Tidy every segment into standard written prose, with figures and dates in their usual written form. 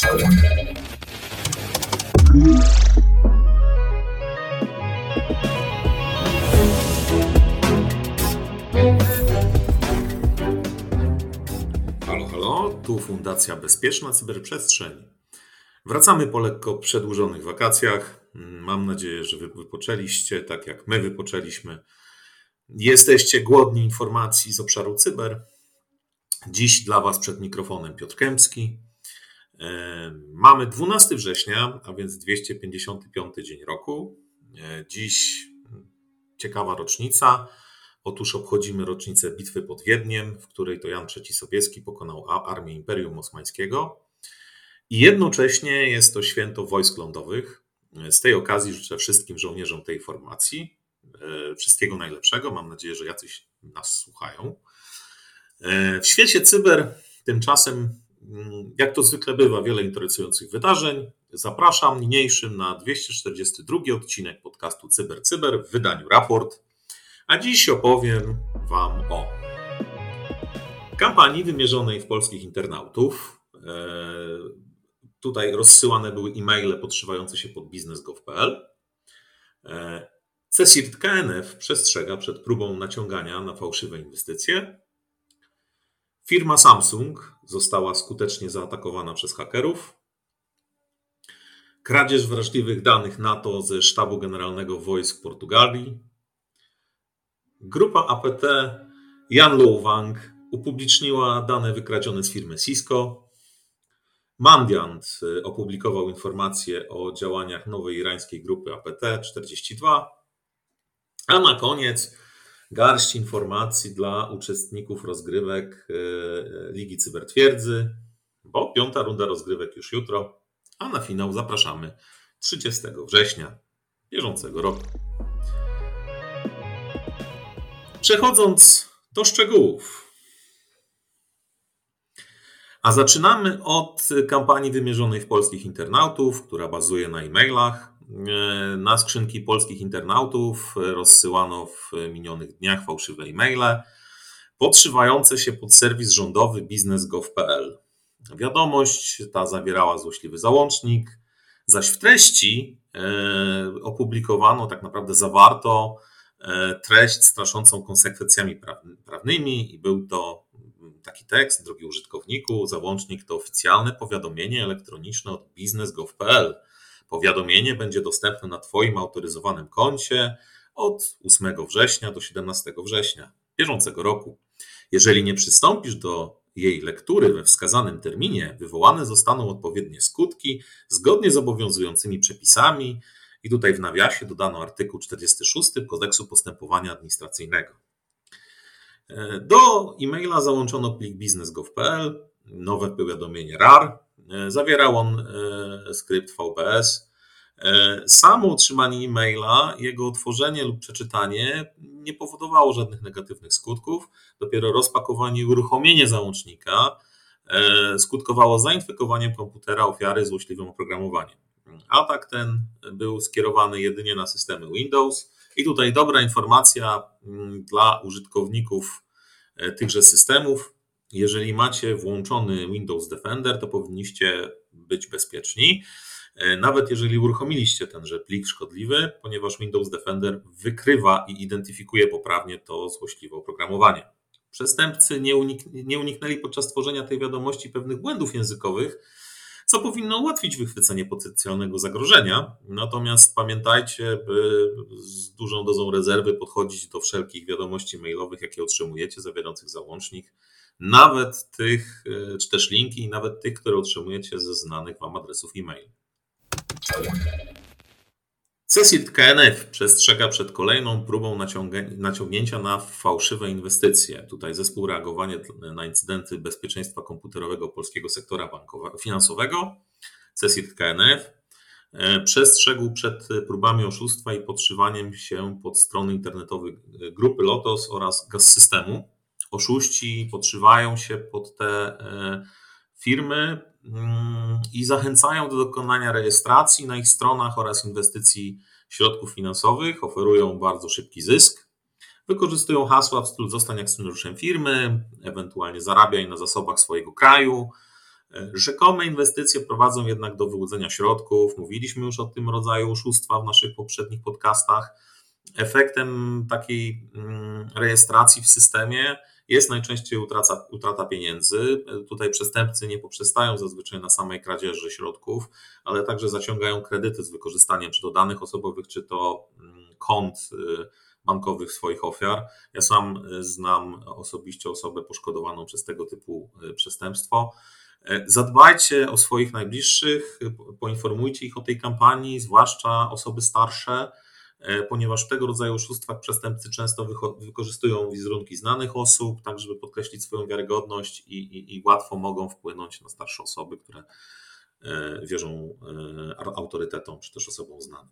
Halo, tu Fundacja Bezpieczna Cyberprzestrzeń. Wracamy po lekko przedłużonych wakacjach. Mam nadzieję, że wy wypoczęliście, tak jak my wypoczęliśmy. Jesteście głodni informacji z obszaru cyber. Dziś dla Was przed mikrofonem Piotr Kępski. Mamy 12 września, a więc 255 dzień roku. Dziś ciekawa rocznica. Otóż obchodzimy rocznicę bitwy pod Wiedniem, w której to Jan III Sobieski pokonał armię Imperium Osmańskiego. I jednocześnie jest to święto wojsk lądowych. Z tej okazji życzę wszystkim żołnierzom tej formacji wszystkiego najlepszego. Mam nadzieję, że jacyś nas słuchają. W świecie cyber tymczasem, jak to zwykle bywa, wiele interesujących wydarzeń. Zapraszam niniejszym na 242 odcinek podcastu Cyber w wydaniu Raport. A dziś opowiem Wam o kampanii wymierzonej w polskich internautów. Tutaj rozsyłane były e-maile podszywające się pod biznes.gov.pl. CSIRT KNF przestrzega przed próbą naciągania na fałszywe inwestycje. Firma Samsung została skutecznie zaatakowana przez hakerów. Kradzież wrażliwych danych NATO ze Sztabu Generalnego Wojsk Portugalii. Grupa APT Yanlu Wang upubliczniła dane wykradzione z firmy Cisco. Mandiant opublikował informacje o działaniach nowej irańskiej grupy APT-42. A na koniec garść informacji dla uczestników rozgrywek Ligi Cybertwierdzy, bo 5. runda rozgrywek już jutro, a na finał zapraszamy 30 września bieżącego roku. Przechodząc do szczegółów. A zaczynamy od kampanii wymierzonej w polskich internautów, która bazuje na e-mailach. Na skrzynki polskich internautów rozsyłano w minionych dniach fałszywe e-maile podszywające się pod serwis rządowy biznes.gov.pl. Wiadomość ta zawierała złośliwy załącznik, zaś w treści opublikowano, tak naprawdę zawarto treść straszącą konsekwencjami prawnymi i był to taki tekst: drogi użytkowniku, załącznik to oficjalne powiadomienie elektroniczne od biznes.gov.pl. Powiadomienie będzie dostępne na Twoim autoryzowanym koncie od 8 września do 17 września bieżącego roku. Jeżeli nie przystąpisz do jej lektury we wskazanym terminie, wywołane zostaną odpowiednie skutki zgodnie z obowiązującymi przepisami. I tutaj w nawiasie dodano artykuł 46 Kodeksu Postępowania Administracyjnego. Do e-maila załączono plik biznes.gov.pl, nowe powiadomienie RAR. Zawierał on skrypt VBS. Samo otrzymanie e-maila, jego otworzenie lub przeczytanie nie powodowało żadnych negatywnych skutków. Dopiero rozpakowanie i uruchomienie załącznika skutkowało zainfekowaniem komputera ofiary złośliwym oprogramowaniem. Atak ten był skierowany jedynie na systemy Windows. I tutaj dobra informacja dla użytkowników tychże systemów. Jeżeli macie włączony Windows Defender, to powinniście być bezpieczni. Nawet jeżeli uruchomiliście tenże plik szkodliwy, ponieważ Windows Defender wykrywa i identyfikuje poprawnie to złośliwe oprogramowanie. Przestępcy nie uniknęli podczas tworzenia tej wiadomości pewnych błędów językowych, co powinno ułatwić wychwycenie potencjalnego zagrożenia. Natomiast pamiętajcie, by z dużą dozą rezerwy podchodzić do wszelkich wiadomości mailowych, jakie otrzymujecie, zawierających załącznik, nawet tych, czy też linki, nawet tych, które otrzymujecie ze znanych Wam adresów e-mail. CSIRT KNF przestrzega przed kolejną próbą naciągnięcia na fałszywe inwestycje. Tutaj zespół reagowania na incydenty bezpieczeństwa komputerowego polskiego sektora finansowego, CSIRT KNF, przestrzegł przed próbami oszustwa i podszywaniem się pod strony internetowe grupy Lotos oraz Gaz-Systemu. Oszuści podszywają się pod te firmy i zachęcają do dokonania rejestracji na ich stronach oraz inwestycji środków finansowych, oferują bardzo szybki zysk, wykorzystują hasła w stylu zostań akcjonariuszem firmy, ewentualnie zarabiaj na zasobach swojego kraju, Rzekome inwestycje prowadzą jednak do wyłudzenia środków. Mówiliśmy już o tym rodzaju oszustwa w naszych poprzednich podcastach. Efektem takiej rejestracji w systemie jest najczęściej utrata pieniędzy. Tutaj przestępcy nie poprzestają zazwyczaj na samej kradzieży środków, ale także zaciągają kredyty z wykorzystaniem czy to danych osobowych, czy to kont bankowych swoich ofiar. Ja sam znam osobiście osobę poszkodowaną przez tego typu przestępstwo. Zadbajcie o swoich najbliższych, poinformujcie ich o tej kampanii, zwłaszcza osoby starsze, ponieważ w tego rodzaju oszustwach przestępcy często wykorzystują wizerunki znanych osób, tak żeby podkreślić swoją wiarygodność i łatwo mogą wpłynąć na starsze osoby, które wierzą autorytetom czy też osobom znanym.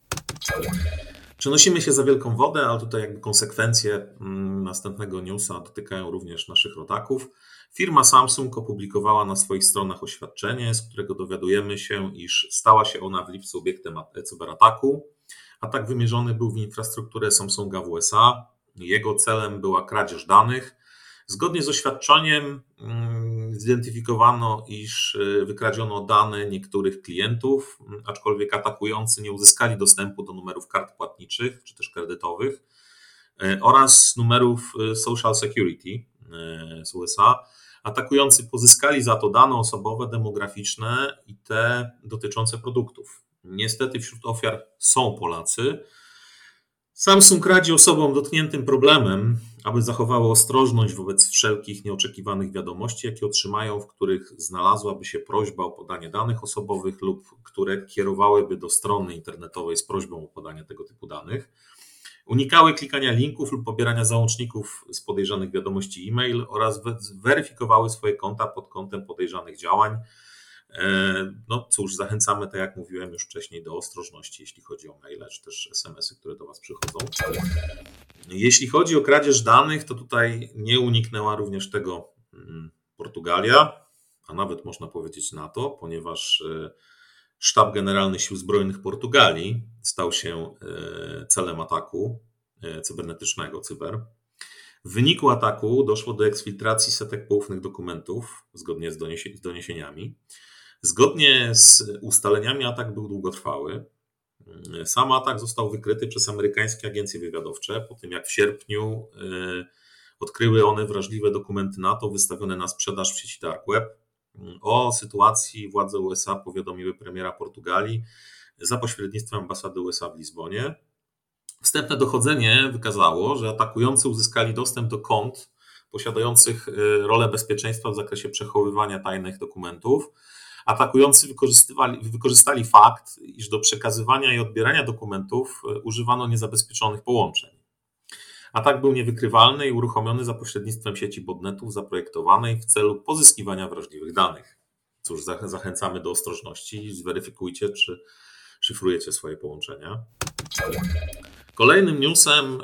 Przenosimy się za wielką wodę, ale tutaj jakby konsekwencje następnego newsa dotykają również naszych rodaków. Firma Samsung opublikowała na swoich stronach oświadczenie, z którego dowiadujemy się, iż stała się ona w lipcu obiektem cyberataku. Atak wymierzony był w infrastrukturę Samsunga w USA. Jego celem była kradzież danych. Zgodnie z oświadczeniem zidentyfikowano, iż wykradziono dane niektórych klientów, aczkolwiek atakujący nie uzyskali dostępu do numerów kart płatniczych czy też kredytowych oraz numerów Social Security z USA. Atakujący pozyskali za to dane osobowe, demograficzne i te dotyczące produktów. Niestety wśród ofiar są Polacy. Samsung radzi osobom dotkniętym problemem, aby zachowały ostrożność wobec wszelkich nieoczekiwanych wiadomości, jakie otrzymają, w których znalazłaby się prośba o podanie danych osobowych lub które kierowałyby do strony internetowej z prośbą o podanie tego typu danych. Unikały klikania linków lub pobierania załączników z podejrzanych wiadomości e-mail oraz weryfikowały swoje konta pod kątem podejrzanych działań. No cóż, zachęcamy, tak jak mówiłem już wcześniej, do ostrożności, jeśli chodzi o maile czy też SMS-y, które do Was przychodzą. Jeśli chodzi o kradzież danych, to tutaj nie uniknęła również tego Portugalia, a nawet można powiedzieć NATO, ponieważ Sztab Generalny Sił Zbrojnych Portugalii stał się celem ataku cybernetycznego, W wyniku ataku doszło do eksfiltracji setek poufnych dokumentów, zgodnie z doniesieniami. Zgodnie z ustaleniami atak był długotrwały. Sam atak został wykryty przez amerykańskie agencje wywiadowcze, po tym jak w sierpniu odkryły one wrażliwe dokumenty NATO wystawione na sprzedaż w sieci Dark Web. O sytuacji władze USA powiadomiły premiera Portugalii za pośrednictwem ambasady USA w Lizbonie. Wstępne dochodzenie wykazało, że atakujący uzyskali dostęp do kont posiadających rolę bezpieczeństwa w zakresie przechowywania tajnych dokumentów. Atakujący wykorzystali fakt, iż do przekazywania i odbierania dokumentów używano niezabezpieczonych połączeń. Atak był niewykrywalny i uruchomiony za pośrednictwem sieci botnetów zaprojektowanej w celu pozyskiwania wrażliwych danych. Cóż, zachęcamy do ostrożności i zweryfikujcie, czy szyfrujecie swoje połączenia. Kolejnym newsem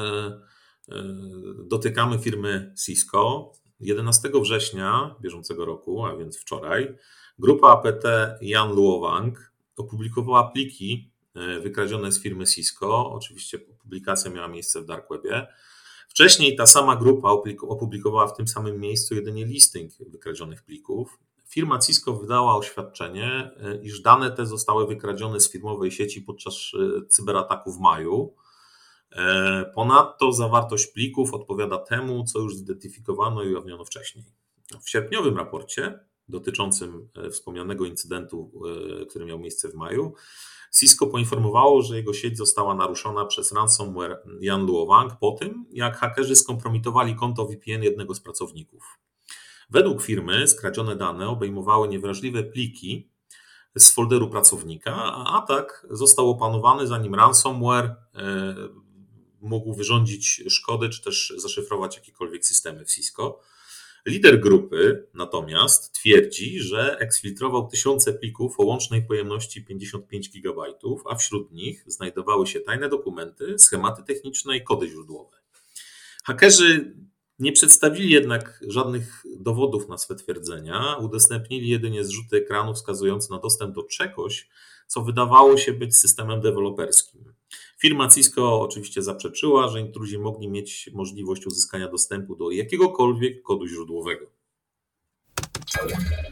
dotykamy firmy Cisco. 11 września bieżącego roku, a więc wczoraj, grupa APT Jan Luowang opublikowała pliki wykradzione z firmy Cisco. Oczywiście publikacja miała miejsce w Dark Webie. Wcześniej ta sama grupa opublikowała w tym samym miejscu jedynie listing wykradzionych plików. Firma Cisco wydała oświadczenie, iż dane te zostały wykradzione z firmowej sieci podczas cyberataku w maju. Ponadto zawartość plików odpowiada temu, co już zidentyfikowano i ujawniono wcześniej. W sierpniowym raporcie dotyczącym wspomnianego incydentu, który miał miejsce w maju, Cisco poinformowało, że jego sieć została naruszona przez ransomware Jan Luowang po tym, jak hakerzy skompromitowali konto VPN jednego z pracowników. Według firmy skradzione dane obejmowały niewrażliwe pliki z folderu pracownika, a atak został opanowany, zanim ransomware mógł wyrządzić szkody czy też zaszyfrować jakiekolwiek systemy w Cisco. Lider grupy natomiast twierdzi, że eksfiltrował tysiące plików o łącznej pojemności 55 GB, a wśród nich znajdowały się tajne dokumenty, schematy techniczne i kody źródłowe. Hakerzy nie przedstawili jednak żadnych dowodów na swe twierdzenia, udostępnili jedynie zrzuty ekranu wskazujące na dostęp do czegoś, co wydawało się być systemem deweloperskim. Firma Cisco oczywiście zaprzeczyła, że intruzi mogli mieć możliwość uzyskania dostępu do jakiegokolwiek kodu źródłowego.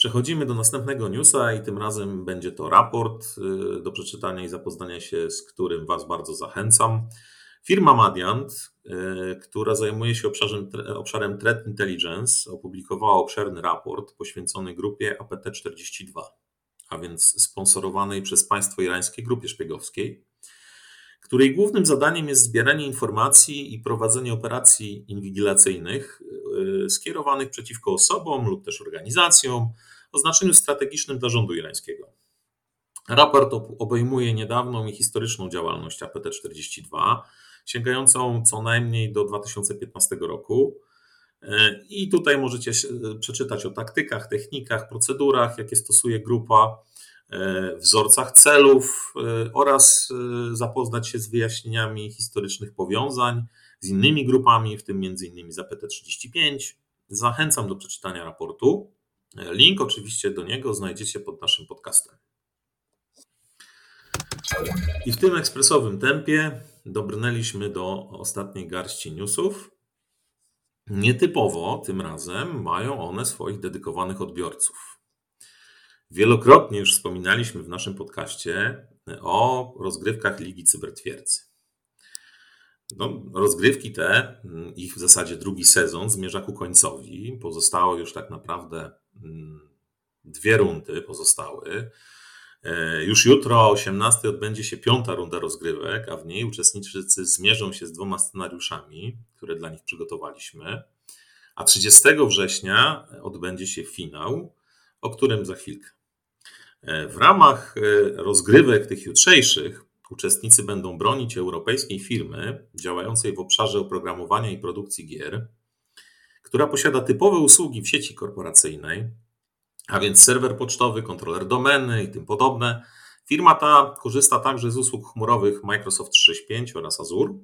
Przechodzimy do następnego newsa i tym razem będzie to raport do przeczytania i zapoznania się, z którym Was bardzo zachęcam. Firma Madiant, która zajmuje się obszarem Threat Intelligence, opublikowała obszerny raport poświęcony grupie APT-42, a więc sponsorowanej przez państwo irańskie grupie szpiegowskiej, której głównym zadaniem jest zbieranie informacji i prowadzenie operacji inwigilacyjnych skierowanych przeciwko osobom lub też organizacjom o znaczeniu strategicznym dla rządu irańskiego. Raport obejmuje niedawną i historyczną działalność APT-42, sięgającą co najmniej do 2015 roku. I tutaj możecie przeczytać o taktykach, technikach, procedurach, jakie stosuje grupa, wzorcach celów oraz zapoznać się z wyjaśnieniami historycznych powiązań z innymi grupami, w tym m.in. z APT-35. Zachęcam do przeczytania raportu. Link oczywiście do niego znajdziecie pod naszym podcastem. I w tym ekspresowym tempie dobrnęliśmy do ostatniej garści newsów. Nietypowo tym razem mają one swoich dedykowanych odbiorców. Wielokrotnie już wspominaliśmy w naszym podcaście o rozgrywkach Ligi Cybertwierdzy. Rozgrywki te, ich w zasadzie drugi sezon zmierza ku końcowi. Pozostało już tak naprawdę 2 rundy pozostały. Już jutro o 18 odbędzie się 5. runda rozgrywek, a w niej uczestnicy zmierzą się z 2 scenariuszami, które dla nich przygotowaliśmy. A 30 września odbędzie się finał, o którym za chwilkę. W ramach rozgrywek tych jutrzejszych uczestnicy będą bronić europejskiej firmy działającej w obszarze oprogramowania i produkcji gier, która posiada typowe usługi w sieci korporacyjnej, a więc serwer pocztowy, kontroler domeny i tym podobne. Firma ta korzysta także z usług chmurowych Microsoft 365 oraz Azure.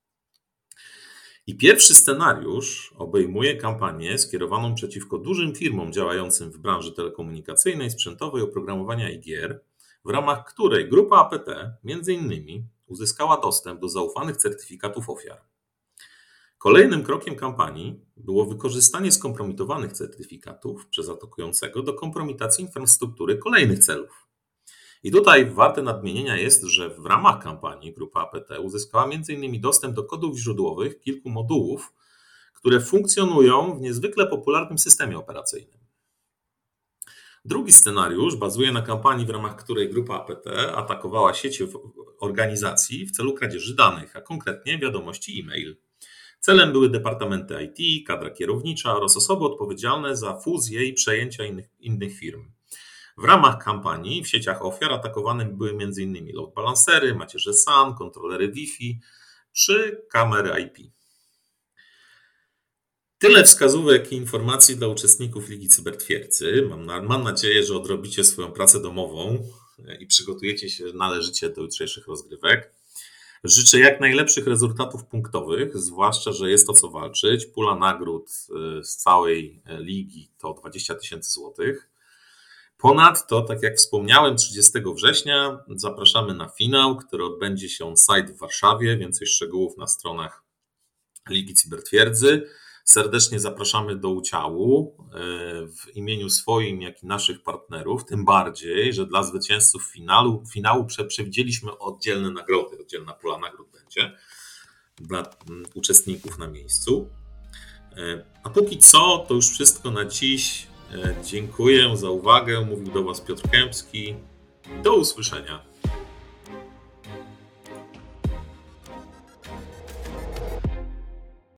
I pierwszy scenariusz obejmuje kampanię skierowaną przeciwko dużym firmom działającym w branży telekomunikacyjnej, sprzętowej, oprogramowania i gier, w ramach której grupa APT m.in. uzyskała dostęp do zaufanych certyfikatów ofiar. Kolejnym krokiem kampanii było wykorzystanie skompromitowanych certyfikatów przez atakującego do kompromitacji infrastruktury kolejnych celów. I tutaj warte nadmienienia jest, że w ramach kampanii grupa APT uzyskała m.in. dostęp do kodów źródłowych kilku modułów, które funkcjonują w niezwykle popularnym systemie operacyjnym. Drugi scenariusz bazuje na kampanii, w ramach której grupa APT atakowała sieci organizacji w celu kradzieży danych, a konkretnie wiadomości e-mail. Celem były departamenty IT, kadra kierownicza oraz osoby odpowiedzialne za fuzję i przejęcia innych firm. W ramach kampanii w sieciach ofiar atakowane były m.in. load balancery, macierze SAN, kontrolery Wi-Fi czy kamery IP. Tyle wskazówek i informacji dla uczestników Ligi Cybertwierdzy. Mam nadzieję, że odrobicie swoją pracę domową i przygotujecie się należycie do jutrzejszych rozgrywek. Życzę jak najlepszych rezultatów punktowych, zwłaszcza, że jest o co walczyć. Pula nagród z całej ligi to 20 000 złotych. Ponadto, tak jak wspomniałem, 30 września zapraszamy na finał, który odbędzie się on-site w Warszawie. Więcej szczegółów na stronach Ligi Cybertwierdzy. Serdecznie zapraszamy do udziału w imieniu swoim, jak i naszych partnerów, tym bardziej, że dla zwycięzców finału przewidzieliśmy oddzielne nagrody, oddzielna pula nagród będzie dla uczestników na miejscu. A póki co, to już wszystko na dziś. Dziękuję za uwagę. Mówił do Was Piotr Kępski. Do usłyszenia.